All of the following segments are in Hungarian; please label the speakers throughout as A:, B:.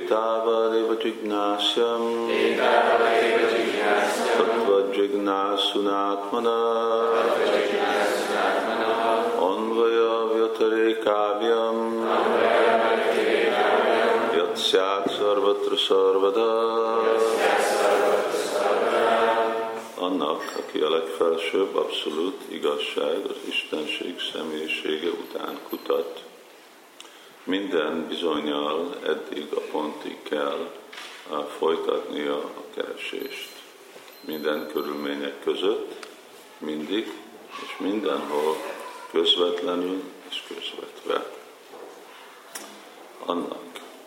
A: Etava jignasyam tattva jignasunatmana anvaya vyatarekāvyam yat syāt sarvatra sarvada. Annak, aki a legfelsőbb, abszolút igazság, az Istenség személyisége után kutat, minden bizonnyal eddig a pontig kell folytatnia a keresést. Minden körülmények között, mindig és mindenhol, közvetlenül és közvetve. Annak,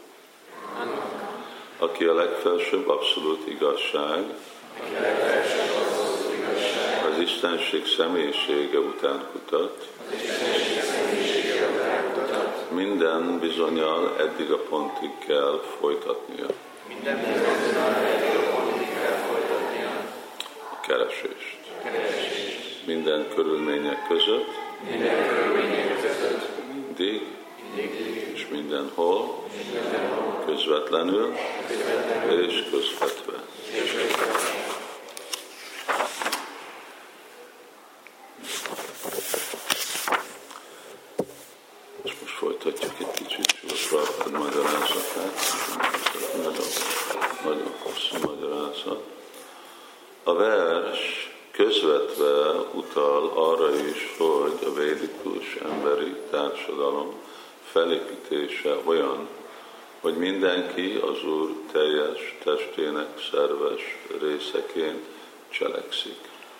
A: aki a legfelsőbb abszolút igazság, az Istenség személyisége után kutat, minden bizonnyal eddig a pontig kell folytatnia a keresést. Minden körülmények között, mindig és mindenhol, közvetlenül és közvetve. És most folytatjuk egy kicsit Srila Prabhupád magyarázatát. Nagyon hosszú magyarázat. A vers közvetve utal arra is, hogy a védikus emberi társadalom felépítése olyan, hogy mindenki az Úr teljes testének szerves részeként cselekszik.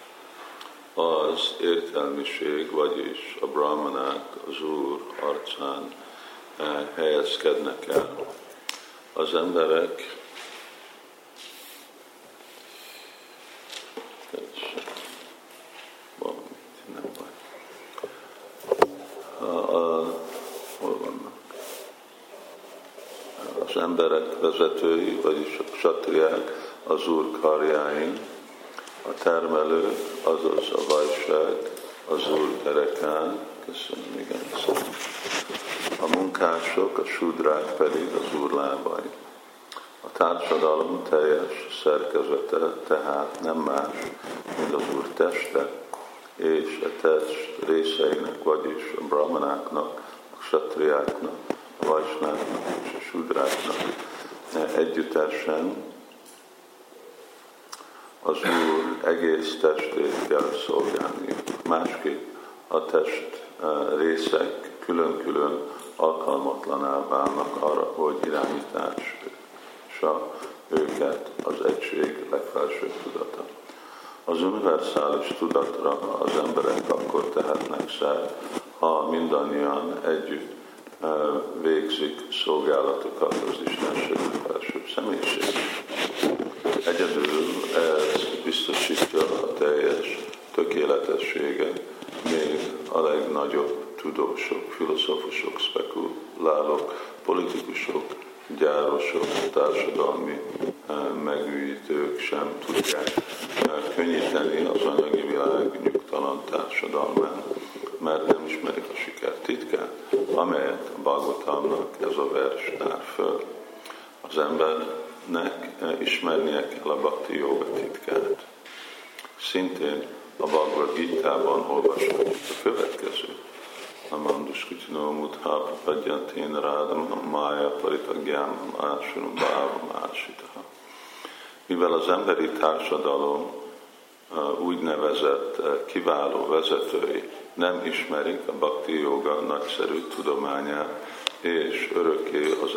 A: Az értelmiség, vagyis a brahmanák az Úr arcán helyezkednek el. Az emberek az emberek vezetői, vagyis a ksatriák az Úr karjáin, a termelők, azaz a vajság az Úr derekán, köszönöm, igen, a munkások, a sudrák pedig az Úr lábai. A társadalom teljes szerkezete tehát nem más, mint az Úr teste, és a test részeinek, vagyis a brahmanáknak, a ksatriáknak, a vajsnáknak és a sudráknak együttesen az Úr egész testét kell szolgálni. Másképp a test részek külön-külön alkalmatlaná válnak arra, hogy irányítása őket az egység legfelsőbb tudata. Az univerzális tudatra az emberek akkor tehetnek szert, ha mindannyian együtt végzik szolgálatokat az Istenség legfelsőbb személyiség. Egyedül ez biztosítja a teljes tökéletességet, még a legnagyobb tudósok, filozófusok, spekulálók, politikusok, gyárosok, társadalmi megújítők sem tudják könnyíteni az anyagi világ nyugtalan társadalmán, mert nem ismerik a siker titkát, amelyet a Bhagavatamnak ez a vers tár föl. Az embernek ismernie kell a Bhakti Jóga titkát. Szintén a Bhagavad Gitában olvashatjuk a következőt. Amanduskutino mudha prapadjantén rádam mája paritagyámam ásurum bávam ásitaha. Mivel az emberi társadalom úgynevezett kiváló vezetői nem ismerik a Bhakti Jóga nagyszerű tudományát, és örökké az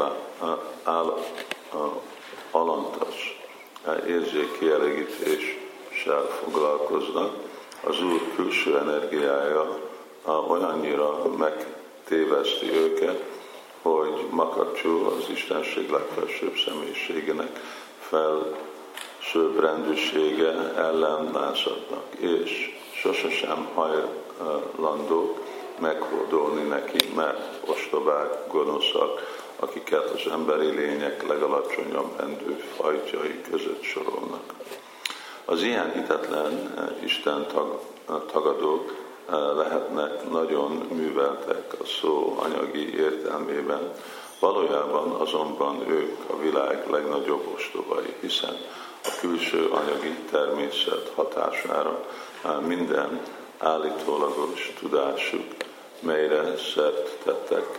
A: alantas érzékkielégítéssel foglalkoznak, az Úr külső energiája olyannyira megtéveszti őket, hogy Makacsú az Istenség legfelsőbb személyiségének felsőbb rendűsége ellen lázadnak, és sosem hajlandók meghódolni neki, mert ostobák, gonoszak, akiket az emberi lények legalacsonyabb rendű fajtjai között sorolnak. Az ilyen hitetlen Isten tagadók lehetnek nagyon műveltek a szó anyagi értelmében, Valójában azonban ők a világ legnagyobb ostobai, hiszen a külső anyagi természet hatására minden állítólagos tudásuk, melyre szert tettek,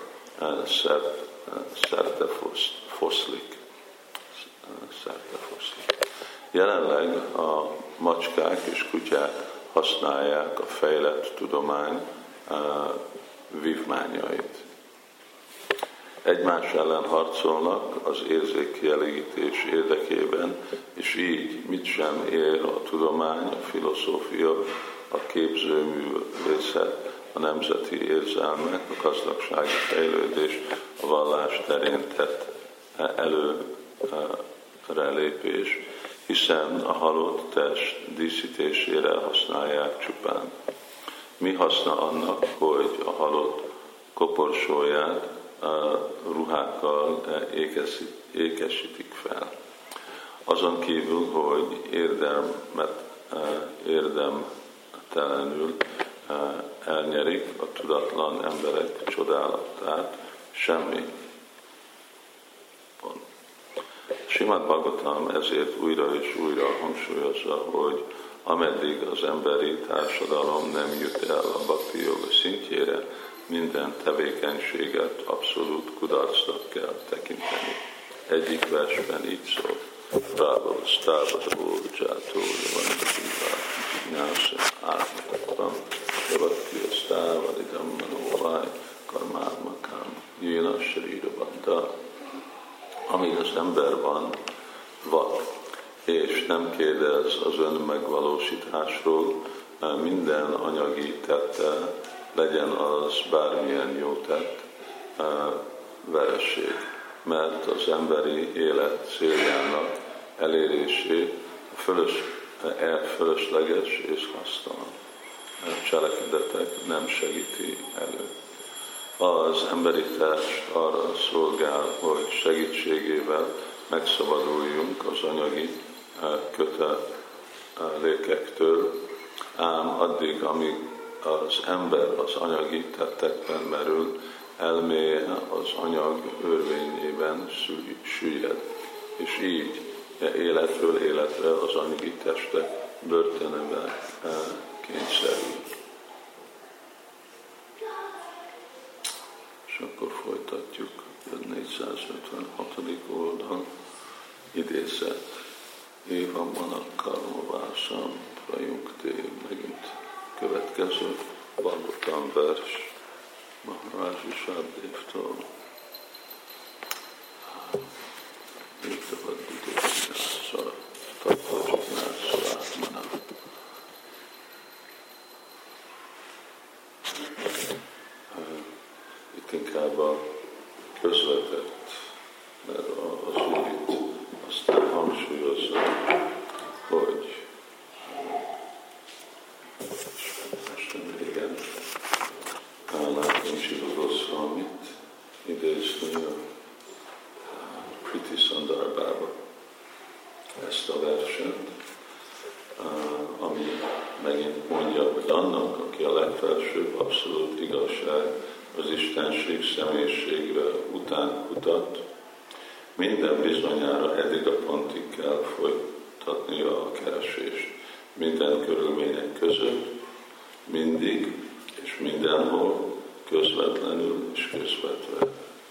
A: szerte foszlik. Jelenleg a macskák és kutyák használják a fejlett tudomány vívmányait. Egymás ellen harcolnak az érzékkielégítés érdekében, és így mit sem ér a tudomány, a filozófia, a képzőművészet, a nemzeti érzelmek, a gazdagsági fejlődés, a vallás terén tett előrelépés, hiszen a halott test díszítésére használják csupán. Mi haszna annak, hogy a halott koporsóját ruhákkal ékesítik fel. Azon kívül, hogy érdemtelenül elnyerik a tudatlan emberek csodálatát, semmi. Simad Bhagavatam ezért újra és újra hangsúlyozza, hogy ameddig az emberi társadalom nem jut el a bhakti joga szintjére, minden tevékenységet abszolút kudarcnak kell tekinteni. Egyik versben így szól: Rába, Sztávadabó, Dzsátó, Javandabíva, Nyása, Átmatakvam, Javadkya, Sztávadidam, Manóváj, Karmármakám, Jéna, Sarírabanda. Amíg az ember van, vad, és nem kérdez az önmegvalósításról, minden anyagi tette, legyen az bármilyen jó tett, vereség. Mert az emberi élet céljának elérését fölösleges és hasztalan cselekedetek nem segíti elő. Az emberi test arra szolgál, hogy segítségével megszabaduljunk az anyagi kötelékektől, ám addig, amíg az ember az anyagi tettekben merül, elméje az anyag örvényében süllyed, és így életről életre az anyagi testek börtönébe kényszerül. És akkor folytatjuk a 456. oldal, idézet. Évam vanak karmavásam, prajukté, megint következő, Bhagavatam vers, Maharaj Vishadevtól. Itt inkább a közvetett, mert az ügyit aztán hangsúlyozza, hogy igen, látom Siva Goswamit idézni a Kriti Sandarbába ezt a verset, ami megint mondja, hogy annak, aki a legfelsőbb abszolút igazság, az Istenség személyiségre után kutat, minden bizonyára eddig a pontig kell folytatnia a keresést. Minden körülmények között, mindig és mindenhol, közvetlenül és közvetve.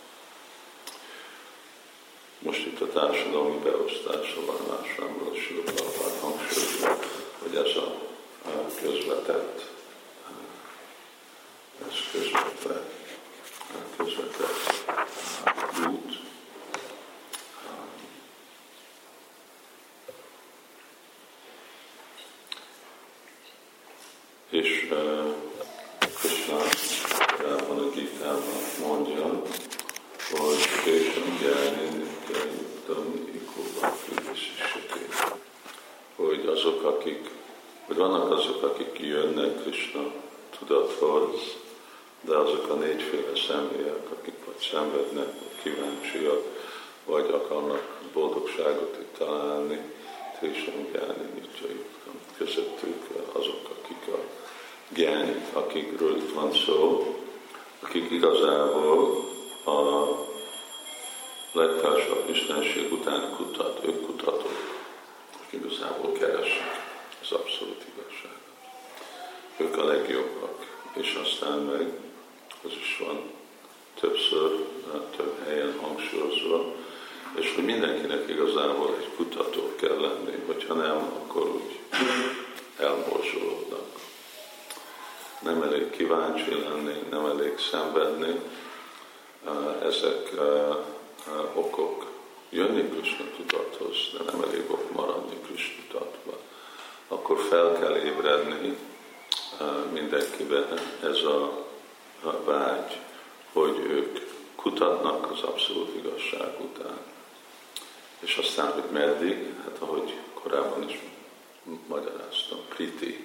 A: Most itt a társadalmi beosztás a varnásrámról Srila Prabhupád hangsúlyozza, hogy ez a közvetett, ez közvetett út. És Krishna van a Gitában mondja, hogy Késam Gyáni Nityayuktam Ikóvakti Visisati, hogy vannak azok, akik jönnek Krishna tudathoz, de azok a négyféle személyek, akik vagy szenvednek, vagy kíváncsiak, vagy akarnak boldogságot itt találni, Késam Gyáni Nityayuktam. Közöttük azok, akik a gyánik, akikről itt van szó, akik igazából a istenség után kutat, ők kutatók, igazából keresik az abszolút igazságot. Ők a legjobbak, és aztán meg az is van többször, több helyen hangsúlyozva, és hogy mindenkinek igazából egy kutató kell lenni, hogyha nem, akkor úgy elmorzsolódnak. Nem elég kíváncsi lenni, nem elég szenvedni, ezek okok jönni Krishna tudathoz, de nem elég ok maradni Krishna tudatba. Akkor fel kell ébredni mindenkiben ez a vágy, hogy ők kutatnak az abszolút igazság után. És aztán, hogy meddig, hát ahogy korábban is magyaráztam, priti.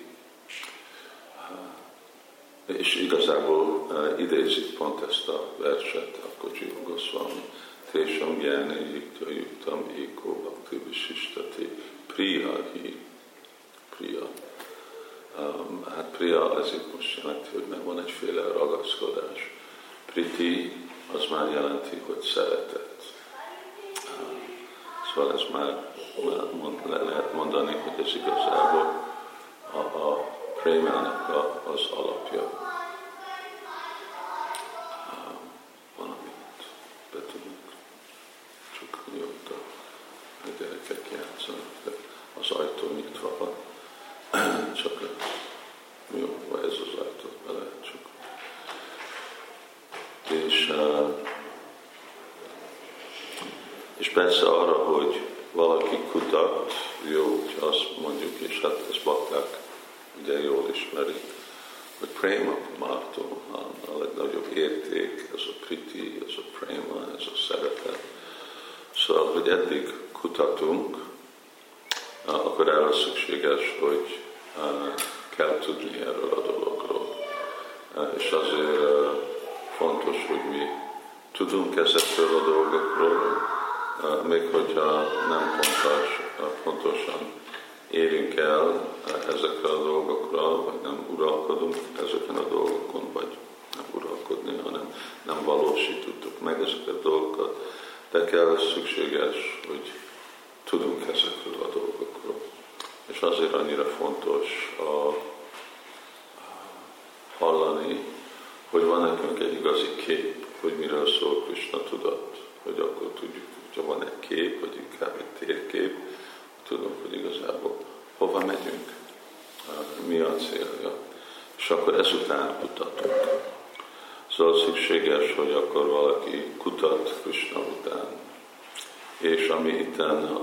A: És igazából idézik pont ezt a verset, akkor Jiva Goswami. Tésam gyáni yukta yuktam éko bhakti visistati priya hi. Priya. Hát priya ez itt most jelenti, hogy meg van egyféle ragaszkodás. Priti az már jelenti, hogy szeretet. Szóval ez már lehet mondani, hogy ez igazából a prémának az alapja. Valamit be tudunk csak nyugodta a gyerekek játszanak, de az ajtó nyitva van. Csak jó, vagy ez az ajtó, be lehet csak. És persze arra, hogy valaki kutat, jó, hogyha azt mondjuk, és hát ezt bakták ugye jól ismerik, hogy prema mártó, a legnagyobb érték, ez a priti, ez a prema, ez a szeretet. Szóval, hogy eddig kutatunk, akkor erre szükséges, hogy kell tudni erről a dologról. És azért fontos, hogy mi tudunk ezekről a dolgokról, még hogyha nem pontosan érünk el ezekre a dolgokra, vagy nem uralkodunk ezeken a dolgokon, vagy nem uralkodni, hanem nem valósítottuk meg ezeket a dolgokat, de kell szükséges, hogy tudunk ezekről a dolgokról. És azért annyira fontos hallani, hogy van nekünk egy igazi kép, hogy miről szól Krishna tudat, hogy akkor tudjuk, hogyha van egy kép, vagy inkább egy térkép, tudom, hogy igazából hova megyünk, mi a célja, és akkor ezután kutatunk. Szóval szükséges, hogy akkor valaki kutat Krishna után, és ami itten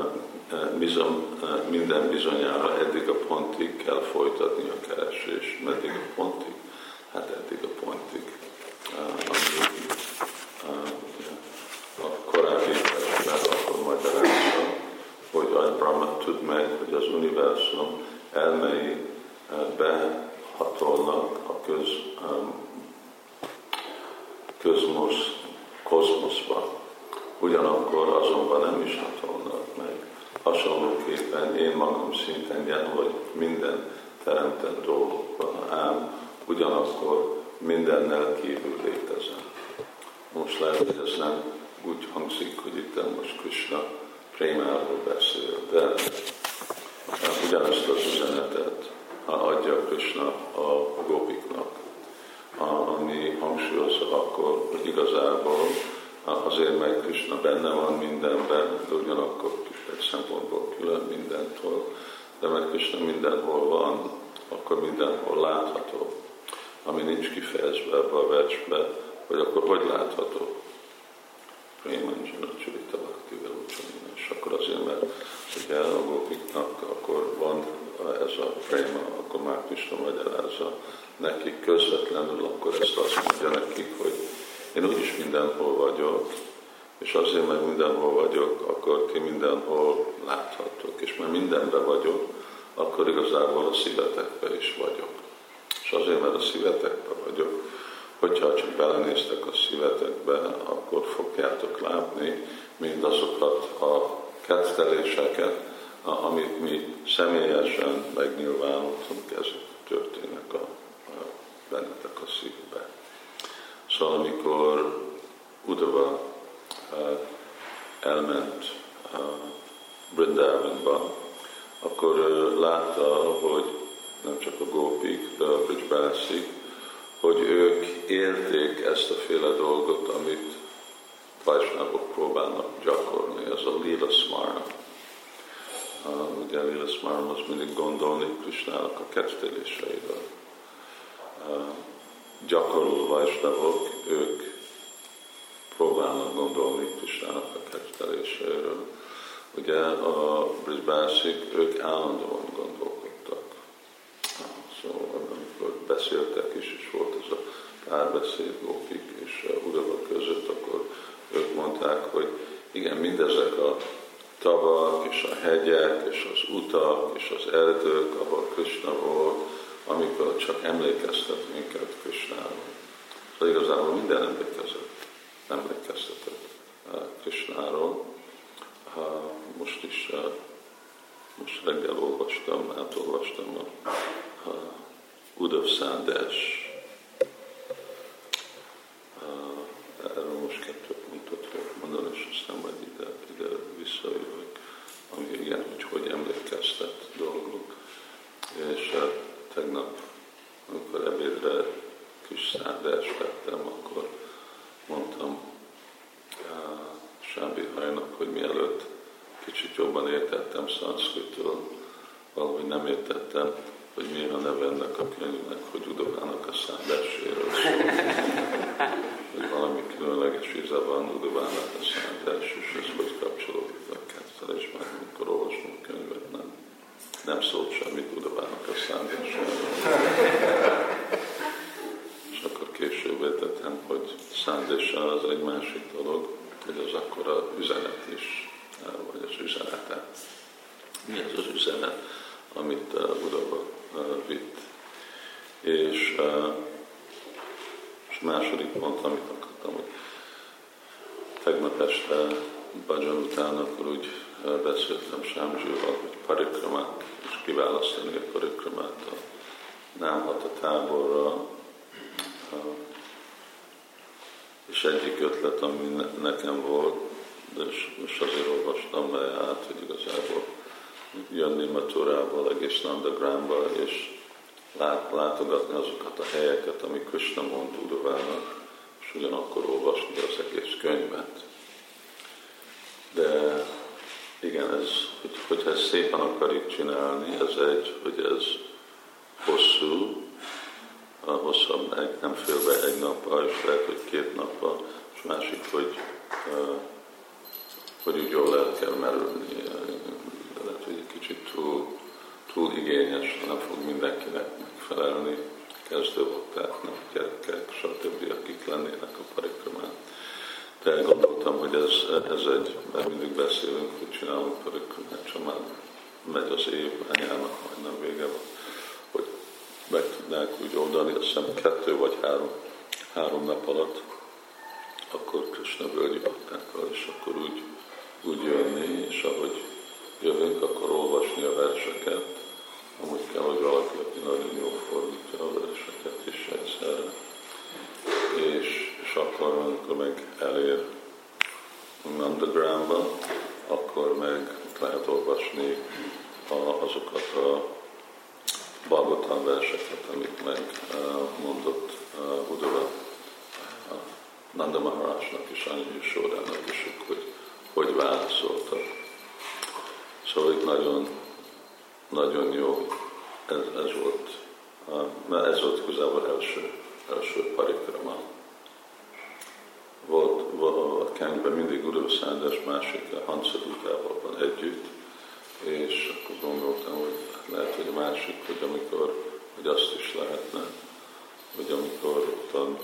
A: minden bizonyára eddig a pontig kell folytatni a keresést. Meddig a pontig? Hát eddig a pontig. A korábbi versenben akkor magyaráztam, hogy a Brahma tud meg, hogy az univerzum elmei behatolnak a kozmoszba. Ugyanakkor azonban nem is hatolnak meg. Hasonlóképpen én magam szinten jelen vagyok minden teremtett dolgokban, ám ugyanakkor mindennel kívül létezem. Most lehet, hogy ez nem úgy hangzik, hogy itt most Krishna prémáról beszél, de ugyanezt az üzenetet adja Krishna a gopiknak, ami hangsúlyozza akkor, hogy igazából azért meg Krishna benne van mindenben, de ugyanakkor egy szempontból külön mindentől, de mert Krishna mindenhol van, akkor mindenhol látható. Ami nincs kifejezve ebbe a versbe, hogy akkor hogy látható? Prémanjana Csurita Bhakti Vilocsana. És akkor azért, mert ugye a gopiknak akkor van ez a préma, akkor már Krishna magyarázza nekik közvetlenül, akkor ezt azt mondja nekik, hogy én úgyis mindenhol vagyok, és azért, mert mindenhol vagyok, akkor ti mindenhol láthatok. És mert mindenben vagyok, akkor igazából a szívetekben is vagyok. És azért, mert a szívetekben vagyok, hogyha csak belenéztek a szívetekbe, akkor fogjátok látni mindazokat a ketteléseket, amit mi személyesen megnyilvánultunk, ezek történnek bennetek a szívbe. Szóval amikor Uddhava elment Vrindavanba, akkor látta, hogy nem csak a gópik, de a Brijbászik, hogy ők élték ezt a féle dolgot, amit Vajsnavok próbálnak gyakorolni, ez a Lila Smarna. Ugye a Lila Smarna az mindig gondolni Krisnának a ketteléseiről. Gyakorló Vajsnavok, ők próbálnak gondolni Krisnának a ketteléseiről. Ugye a Brijbászik, ők állandóan gondolkodtak. Szóval amikor beszéltek is, és volt ez a párbeszéd gópik és Udava között, akkor ők mondták, hogy igen, mindezek a tavak, és a hegyek, és az utak, és az erdők, ahol Krishna volt, amikor csak emlékeztet minket Krishnáról. Szóval igazából minden emlékeztetett Krishnáról. Most reggel átolvastam a Uddhav Sandesh. Erről most 2 pontot fogok mondani, és aztán majd ide visszajövök, ami igen, hogy emlékeztet dolgok. És tegnap, amikor ebédre kis Sandesh vettem, akkor mondtam Sámbi Hajnak, hogy mielőtt kicsit jobban értettem szanszkritől, valahogy nem értettem, hogy miért a neve ennek a könyvnek, hogy Udavának a Sandeséről szól. Hogy valami különleges íze van Udavának a Sandes, és ez hogy kapcsolódik a kettelésben, amikor olvasunk könyvet, nem szólt semmit Udavának a Sandeséről. És akkor később értettem, hogy Sandesa az egy másik dolog, hogy az akkora üzenet is, vagy az üzenete. Mi az az üzenet, amit Udava vitt? És második pont, amit akartam, hogy tegnap este bhajan után, akkor úgy beszéltem Sámzsival, hogy parikramát, és kiválasztani a parikramát a Námhata táborra. És egyik ötlet, ami nekem volt, de most azért olvastam le át, hogy igazából jönni Maturából, egész Nandagramba, és látogatni azokat a helyeket, ami Krishna mond Udavának, és ugyanakkor olvasni az egész könyvet. De igen, hogyha ezt szépen akarjuk csinálni, ez egy, hogy ez hosszú, hosszabb, nem fél be egy nappal, és lehet, hogy 2 nappal, és másik, hogy úgy jól el kell merülni. De lehet, hogy egy kicsit túl igényes, nem fog mindenkinek megfelelni, kezdőbaktáknak, gyerekek, stb., akik lennének a parikramán. De gondoltam, hogy ez egy, mert mindig beszélünk, hogy csinálunk parikramát, csak már megy az év, anyának majdnem vége van, hogy meg tudnák úgy oldani, azt hiszem 2 vagy 3 nap alatt, akkor Krishna völgyi baktákkal, és akkor úgy jönni, és ahogy jövünk, akkor olvasni a verseket. Amúgy kell, hogy valaki, aki nagyon jól fordítja a verseket is egyszerre. És akkor, amikor meg elér Nandagramba, akkor meg lehet olvasni azokat a Bhagavatam verseket, amit meg mondott Udava Nanda Maharajnak és Anjali Sórának is, hogy válaszoltak. Szóval itt nagyon, nagyon jó, ez volt, mert ez volt igazából első parikrama. Volt a könyvben mindig Udava Sandesh másik a Hansadutával van együtt, és akkor gondoltam, hogy lehet, hogy a másik, hogy hogy azt is lehetne, hogy amikor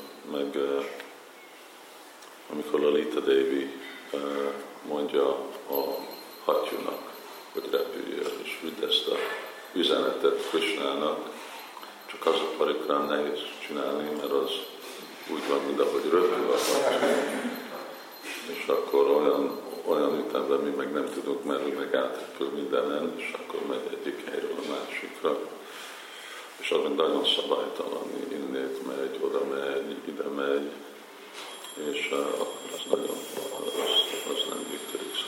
A: Lalita Devi mondja a Hatyunak, hogy repüljön, és vidd ezt a üzenetet Krishnának, csak az a parikrám nehéz csinálni, mert az úgy van, mint ahogy röpül a Hatyu. És akkor olyan ütemben mi meg nem tudunk, mert meg átrepül mindenen, és akkor megy egyik helyről a másikra. És az nagyon szabálytalan, innét megy, oda megy, ide megy, és akkor az nagyon, az nem működik.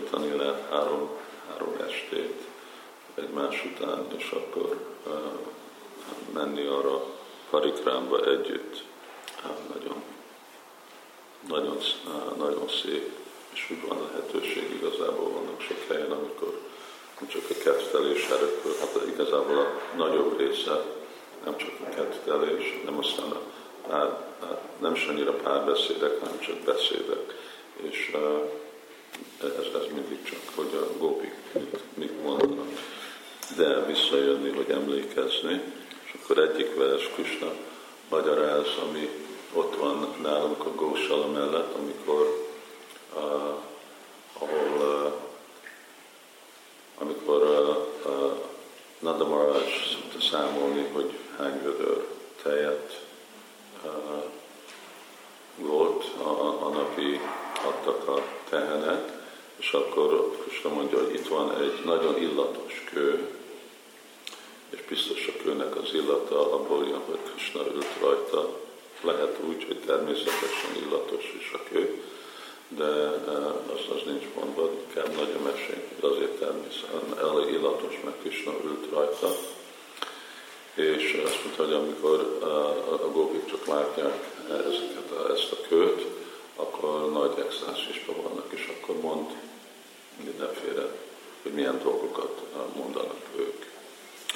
A: tartani lehet három estét egymás után, és akkor menni arra parikrámba együtt. Nagyon, nagyon, nagyon szép, és úgy van lehetőség, igazából vannak sok helyen, amikor csak a kettelés erőkről, hát igazából a nagyobb része nem csak a kettelés, nem aztán nem is annyira párbeszédek, hanem csak beszédek. És ez mindig csak, hogy a gópik mit mondanak. De visszajönni, hogy emlékezni, és akkor egyik vers Krishna magyaráz, ami ott van nálunk a Gósala mellett, amikor Nanda Maharaj szokta számolni, hogy hány vödör tejet volt a napi adtak a tehenek, és akkor Krishna mondja, hogy itt van egy nagyon illatos kő, és biztos a kőnek az illata abból jön, hogy Krishna ült rajta. Lehet úgy, hogy természetesen illatos is a kő, de az nincs mondva, inkább nagy a mesény, azért természetesen illatos, meg Krishna ült rajta. És azt mondta, hogy amikor a gópik csak látják ezt a kőt, akkor nagy extázisban vannak, és akkor mond mindenféle, hogy milyen dolgokat mondanak ők.